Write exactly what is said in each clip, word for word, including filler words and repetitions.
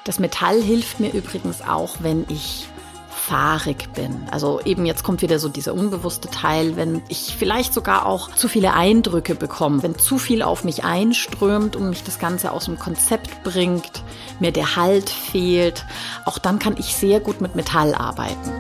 Das Metall hilft mir übrigens auch, wenn ich fahrig bin. Also eben jetzt kommt wieder so dieser unbewusste Teil, wenn ich vielleicht sogar auch zu viele Eindrücke bekomme, wenn zu viel auf mich einströmt und mich das Ganze aus dem Konzept bringt, mir der Halt fehlt. Auch dann kann ich sehr gut mit Metall arbeiten.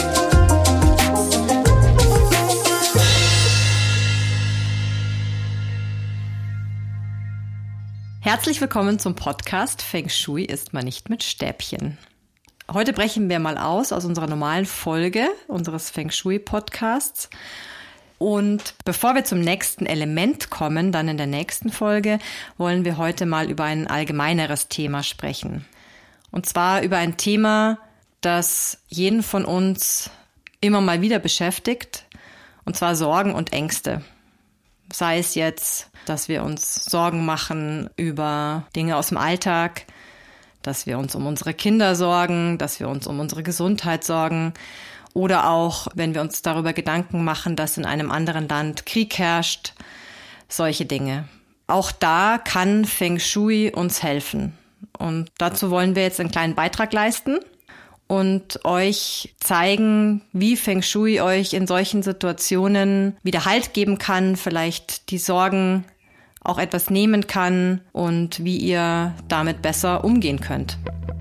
Herzlich willkommen zum Podcast Feng Shui isst man nicht mit Stäbchen. Heute brechen wir mal aus aus unserer normalen Folge unseres Feng Shui Podcasts. Und bevor wir zum nächsten Element kommen, dann in der nächsten Folge, wollen wir heute mal über ein allgemeineres Thema sprechen. Und zwar über ein Thema, das jeden von uns immer mal wieder beschäftigt, und zwar Sorgen und Ängste. Sei es jetzt, dass wir uns Sorgen machen über Dinge aus dem Alltag, dass wir uns um unsere Kinder sorgen, dass wir uns um unsere Gesundheit sorgen oder auch, wenn wir uns darüber Gedanken machen, dass in einem anderen Land Krieg herrscht, solche Dinge. Auch da kann Feng Shui uns helfen. Und dazu wollen wir jetzt einen kleinen Beitrag leisten und euch zeigen, wie Feng Shui euch in solchen Situationen wieder Halt geben kann, vielleicht die Sorgen auch etwas nehmen kann und wie ihr damit besser umgehen könnt.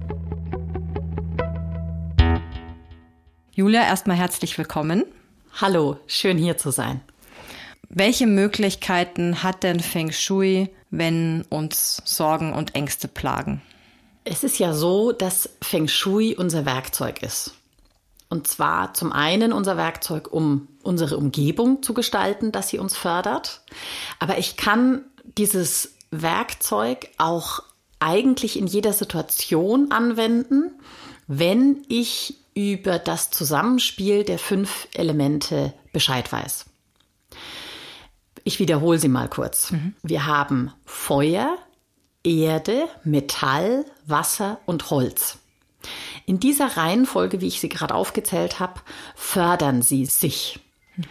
Julia, erstmal herzlich willkommen. Hallo, schön hier zu sein. Welche Möglichkeiten hat denn Feng Shui, wenn uns Sorgen und Ängste plagen? Es ist ja so, dass Feng Shui unser Werkzeug ist. Und zwar zum einen unser Werkzeug, um unsere Umgebung zu gestalten, dass sie uns fördert. Aber ich kann dieses Werkzeug auch eigentlich in jeder Situation anwenden, wenn ich über das Zusammenspiel der fünf Elemente Bescheid weiß. Ich wiederhole sie mal kurz. Mhm. Wir haben Feuer, Erde, Metall, Wasser und Holz. In dieser Reihenfolge, wie ich sie gerade aufgezählt habe, fördern sie sich. Mhm.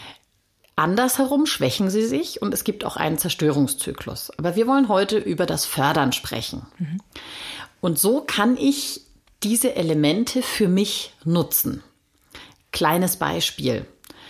Andersherum schwächen sie sich und es gibt auch einen Zerstörungszyklus. Aber wir wollen heute über das Fördern sprechen. Mhm. Und so kann ich diese Elemente für mich nutzen. Kleines Beispiel.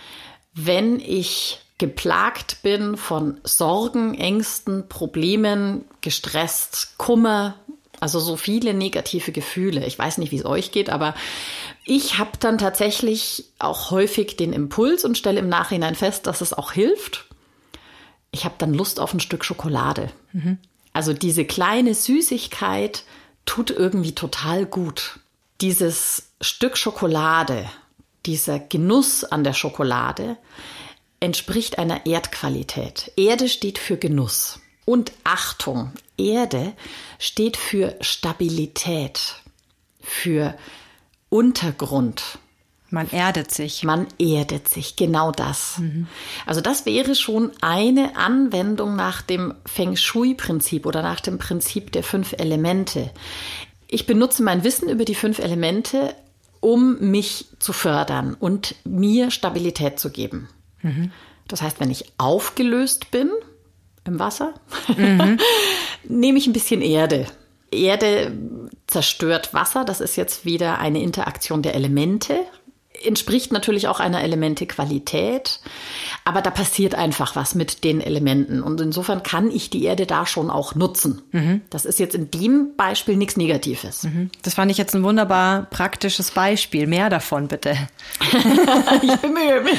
Wenn ich geplagt bin von Sorgen, Ängsten, Problemen, gestresst, Kummer, also so viele negative Gefühle. Ich weiß nicht, wie es euch geht, aber ich habe dann tatsächlich auch häufig den Impuls und stelle im Nachhinein fest, dass es auch hilft. Ich habe dann Lust auf ein Stück Schokolade. Mhm. Also diese kleine Süßigkeit tut irgendwie total gut. Dieses Stück Schokolade, dieser Genuss an der Schokolade, entspricht einer Erdqualität. Erde steht für Genuss. Und Achtung, Erde steht für Stabilität, für Untergrund. Man erdet sich. Man erdet sich, genau das. Mhm. Also das wäre schon eine Anwendung nach dem Feng Shui-Prinzip oder nach dem Prinzip der fünf Elemente. Ich benutze mein Wissen über die fünf Elemente, um mich zu fördern und mir Stabilität zu geben. Mhm. Das heißt, wenn ich aufgelöst bin im Wasser, mhm. nehme ich ein bisschen Erde. Erde zerstört Wasser, das ist jetzt wieder eine Interaktion der Elemente. Entspricht natürlich auch einer Elementequalität, aber da passiert einfach was mit den Elementen und insofern kann ich die Erde da schon auch nutzen. Mhm. Das ist jetzt in dem Beispiel nichts Negatives. Mhm. Das fand ich jetzt ein wunderbar praktisches Beispiel. Mehr davon bitte. Ich bemühe mich.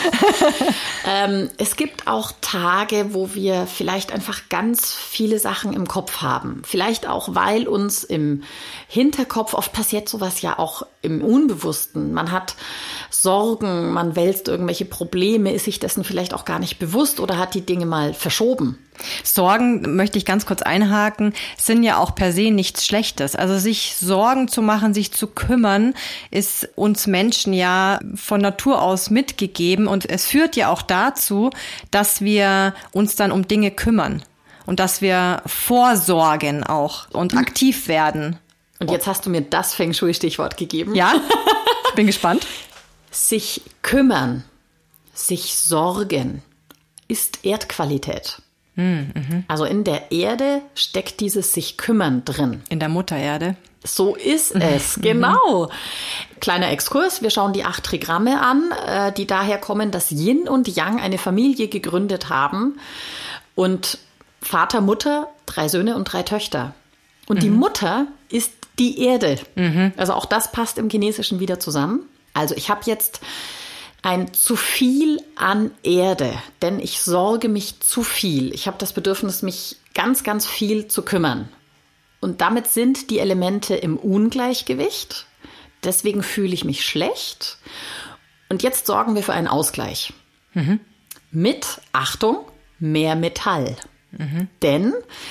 ähm, es gibt auch Tage, wo wir vielleicht einfach ganz viele Sachen im Kopf haben. Vielleicht auch, weil uns im Hinterkopf, oft passiert sowas ja auch im Unbewussten. Man hat Sorgen, man wälzt irgendwelche Probleme, ist sich dessen vielleicht auch gar nicht bewusst oder hat die Dinge mal verschoben. Sorgen, möchte ich ganz kurz einhaken, sind ja auch per se nichts Schlechtes. Also sich Sorgen zu machen, sich zu kümmern, ist uns Menschen ja von Natur aus mitgegeben und es führt ja auch dazu, dass wir uns dann um Dinge kümmern und dass wir vorsorgen auch und mhm. aktiv werden. Und jetzt hast du mir das Feng Shui-Stichwort gegeben. Ja, ich bin gespannt. Sich kümmern, sich sorgen, ist Erdqualität. Mhm. Also in der Erde steckt dieses sich kümmern drin. In der Mutter Erde. So ist es, genau. Kleiner Exkurs, wir schauen die acht Trigramme an, die daher kommen, dass Yin und Yang eine Familie gegründet haben und Vater, Mutter, drei Söhne und drei Töchter. Und mhm. die Mutter ist die Erde. Mhm. Also auch das passt im Chinesischen wieder zusammen. Also ich habe jetzt ein zu viel an Erde, denn ich sorge mich zu viel. Ich habe das Bedürfnis, mich ganz, ganz viel zu kümmern. Und damit sind die Elemente im Ungleichgewicht. Deswegen fühle ich mich schlecht. Und jetzt sorgen wir für einen Ausgleich. Mhm. Mit, Achtung, mehr Metall. Mhm. Denn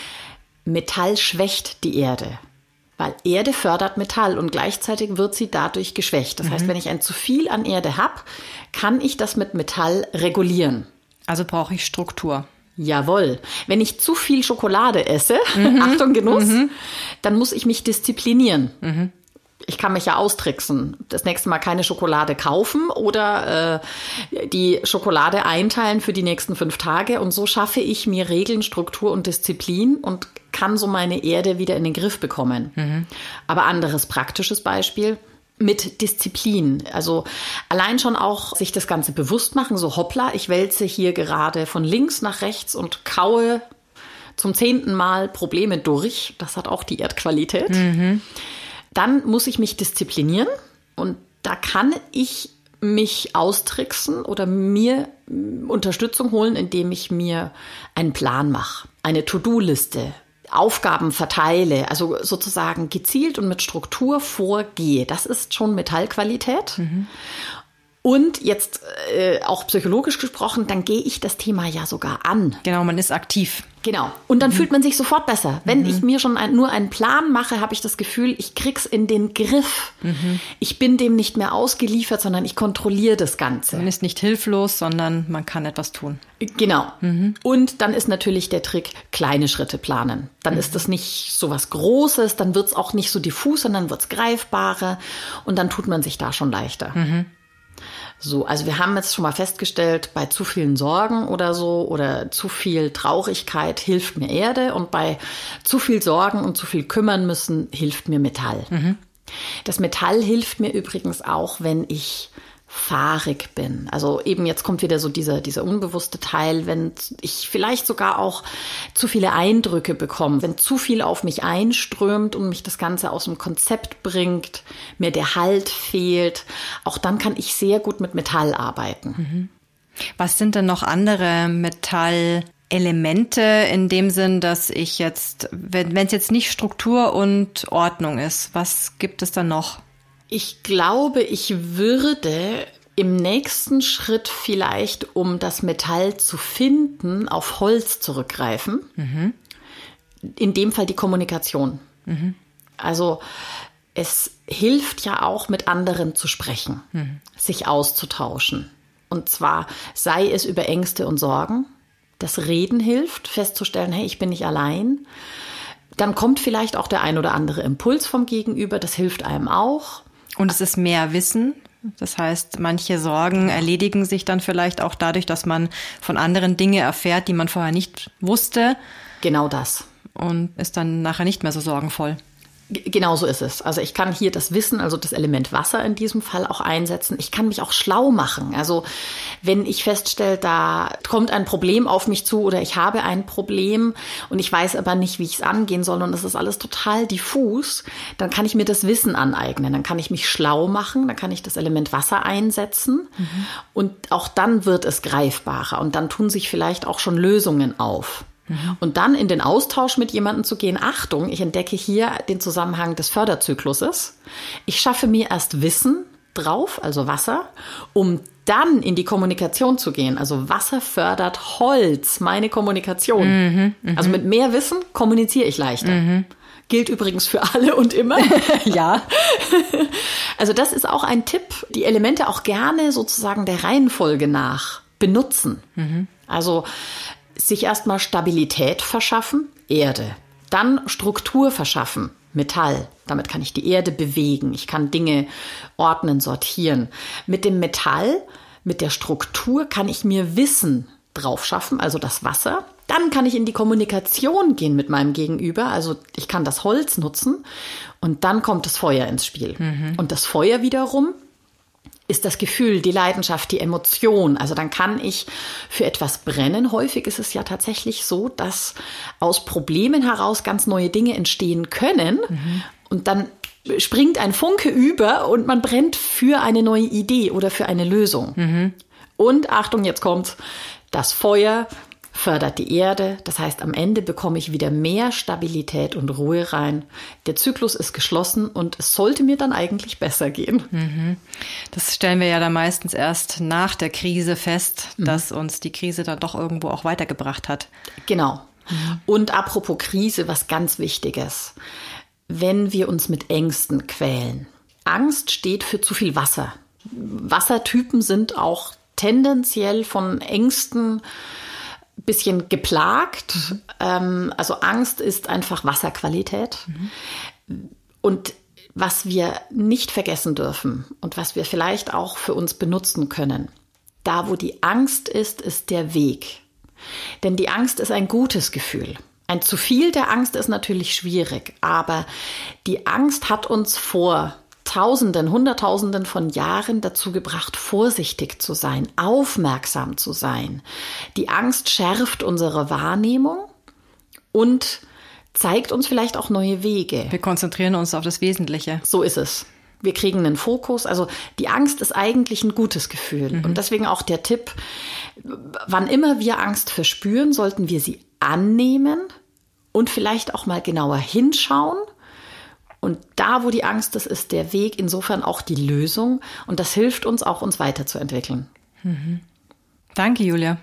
Metall schwächt die Erde. Weil Erde fördert Metall und gleichzeitig wird sie dadurch geschwächt. Das mhm. heißt, wenn ich ein zu viel an Erde habe, kann ich das mit Metall regulieren. Also brauche ich Struktur. Jawohl. Wenn ich zu viel Schokolade esse, mhm. Achtung, Genuss, mhm. dann muss ich mich disziplinieren. Mhm. Ich kann mich ja austricksen. Das nächste Mal keine Schokolade kaufen oder äh, die Schokolade einteilen für die nächsten fünf Tage. Und so schaffe ich mir Regeln, Struktur und Disziplin und kann so meine Erde wieder in den Griff bekommen. Mhm. Aber anderes praktisches Beispiel mit Disziplin. Also allein schon auch sich das Ganze bewusst machen. So hoppla, ich wälze hier gerade von links nach rechts und kaue zum zehnten Mal Probleme durch. Das hat auch die Erdqualität. Mhm. Dann muss ich mich disziplinieren und da kann ich mich austricksen oder mir Unterstützung holen, indem ich mir einen Plan mache, eine To-Do-Liste, Aufgaben verteile, also sozusagen gezielt und mit Struktur vorgehe. Das ist schon Metallqualität. Mhm. Und jetzt äh, auch psychologisch gesprochen, dann gehe ich das Thema ja sogar an. Genau, man ist aktiv. Genau. Und dann mhm. fühlt man sich sofort besser. Wenn mhm. ich mir schon ein, nur einen Plan mache, habe ich das Gefühl, ich krieg's in den Griff. Mhm. Ich bin dem nicht mehr ausgeliefert, sondern ich kontrolliere das Ganze. Man ist nicht hilflos, sondern man kann etwas tun. Genau. Mhm. Und dann ist natürlich der Trick, kleine Schritte planen. Dann mhm. ist das nicht so was Großes, dann wird's auch nicht so diffus, sondern wird's greifbarer. Und dann tut man sich da schon leichter. Mhm. So, also wir haben jetzt schon mal festgestellt, bei zu vielen Sorgen oder so oder zu viel Traurigkeit hilft mir Erde und bei zu viel Sorgen und zu viel kümmern müssen hilft mir Metall. Mhm. Das Metall hilft mir übrigens auch, wenn ich fahrig bin. Also eben jetzt kommt wieder so dieser, dieser unbewusste Teil, wenn ich vielleicht sogar auch zu viele Eindrücke bekomme, wenn zu viel auf mich einströmt und mich das Ganze aus dem Konzept bringt, mir der Halt fehlt, auch dann kann ich sehr gut mit Metall arbeiten. Mhm. Was sind denn noch andere Metallelemente in dem Sinn, dass ich jetzt, wenn es jetzt nicht Struktur und Ordnung ist, was gibt es dann noch? Ich glaube, ich würde im nächsten Schritt vielleicht, um das Metall zu finden, auf Holz zurückgreifen. Mhm. In dem Fall die Kommunikation. Mhm. Also es hilft ja auch, mit anderen zu sprechen, mhm. sich auszutauschen. Und zwar sei es über Ängste und Sorgen. Das Reden hilft, festzustellen, hey, ich bin nicht allein. Dann kommt vielleicht auch der ein oder andere Impuls vom Gegenüber. Das hilft einem auch. Und es ist mehr Wissen. Das heißt, manche Sorgen erledigen sich dann vielleicht auch dadurch, dass man von anderen Dinge erfährt, die man vorher nicht wusste. Genau das. Und ist dann nachher nicht mehr so sorgenvoll. Genau so ist es. Also ich kann hier das Wissen, also das Element Wasser in diesem Fall auch einsetzen. Ich kann mich auch schlau machen. Also wenn ich feststelle, da kommt ein Problem auf mich zu oder ich habe ein Problem und ich weiß aber nicht, wie ich es angehen soll und es ist alles total diffus, dann kann ich mir das Wissen aneignen. Dann kann ich mich schlau machen, dann kann ich das Element Wasser einsetzen mhm. und auch dann wird es greifbarer und dann tun sich vielleicht auch schon Lösungen auf. Und dann in den Austausch mit jemandem zu gehen, Achtung, ich entdecke hier den Zusammenhang des Förderzykluses. Ich schaffe mir erst Wissen drauf, also Wasser, um dann in die Kommunikation zu gehen. Also Wasser fördert Holz, meine Kommunikation. Mhm, mh. Also mit mehr Wissen kommuniziere ich leichter. Mhm. Gilt übrigens für alle und immer. Ja. Also das ist auch ein Tipp, die Elemente auch gerne sozusagen der Reihenfolge nach benutzen. Mhm. Also sich erstmal Stabilität verschaffen, Erde. Dann Struktur verschaffen, Metall. Damit kann ich die Erde bewegen. Ich kann Dinge ordnen, sortieren. Mit dem Metall, mit der Struktur kann ich mir Wissen drauf schaffen, also das Wasser. Dann kann ich in die Kommunikation gehen mit meinem Gegenüber. Also ich kann das Holz nutzen und dann kommt das Feuer ins Spiel. Mhm. Und das Feuer wiederum ist das Gefühl, die Leidenschaft, die Emotion. Also dann kann ich für etwas brennen. Häufig ist es ja tatsächlich so, dass aus Problemen heraus ganz neue Dinge entstehen können. Mhm. Und dann springt ein Funke über und man brennt für eine neue Idee oder für eine Lösung. Mhm. Und Achtung, jetzt kommt das Feuer. Fördert die Erde. Das heißt, am Ende bekomme ich wieder mehr Stabilität und Ruhe rein. Der Zyklus ist geschlossen und es sollte mir dann eigentlich besser gehen. Mhm. Das stellen wir ja dann meistens erst nach der Krise fest, mhm. dass uns die Krise dann doch irgendwo auch weitergebracht hat. Genau. Mhm. Und apropos Krise, was ganz Wichtiges. Wenn wir uns mit Ängsten quälen. Angst steht für zu viel Wasser. Wassertypen sind auch tendenziell von Ängsten bisschen geplagt. Mhm. Ähm, also Angst ist einfach Wasserqualität. Mhm. Und was wir nicht vergessen dürfen und was wir vielleicht auch für uns benutzen können, da wo die Angst ist, ist der Weg. Denn die Angst ist ein gutes Gefühl. Ein zu viel der Angst ist natürlich schwierig, aber die Angst hat uns vor Tausenden, Hunderttausenden von Jahren dazu gebracht, vorsichtig zu sein, aufmerksam zu sein. Die Angst schärft unsere Wahrnehmung und zeigt uns vielleicht auch neue Wege. Wir konzentrieren uns auf das Wesentliche. So ist es. Wir kriegen einen Fokus. Also die Angst ist eigentlich ein gutes Gefühl. Mhm. Und deswegen auch der Tipp, wann immer wir Angst verspüren, sollten wir sie annehmen und vielleicht auch mal genauer hinschauen. Und da, wo die Angst ist, ist der Weg insofern auch die Lösung. Und das hilft uns auch, uns weiterzuentwickeln. Mhm. Danke, Julia.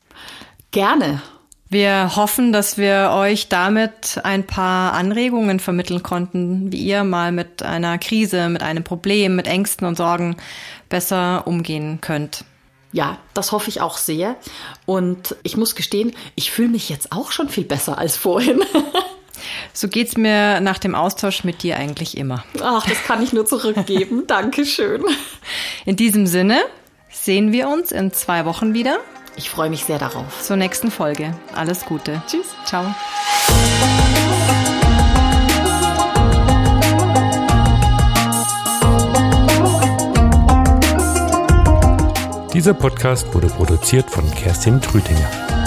Gerne. Wir hoffen, dass wir euch damit ein paar Anregungen vermitteln konnten, wie ihr mal mit einer Krise, mit einem Problem, mit Ängsten und Sorgen besser umgehen könnt. Ja, das hoffe ich auch sehr. Und ich muss gestehen, ich fühle mich jetzt auch schon viel besser als vorhin. So geht's mir nach dem Austausch mit dir eigentlich immer. Ach, das kann ich nur zurückgeben. Dankeschön. In diesem Sinne sehen wir uns in zwei Wochen wieder. Ich freue mich sehr darauf. Zur nächsten Folge. Alles Gute. Tschüss. Ciao. Dieser Podcast wurde produziert von Kerstin Trütinger.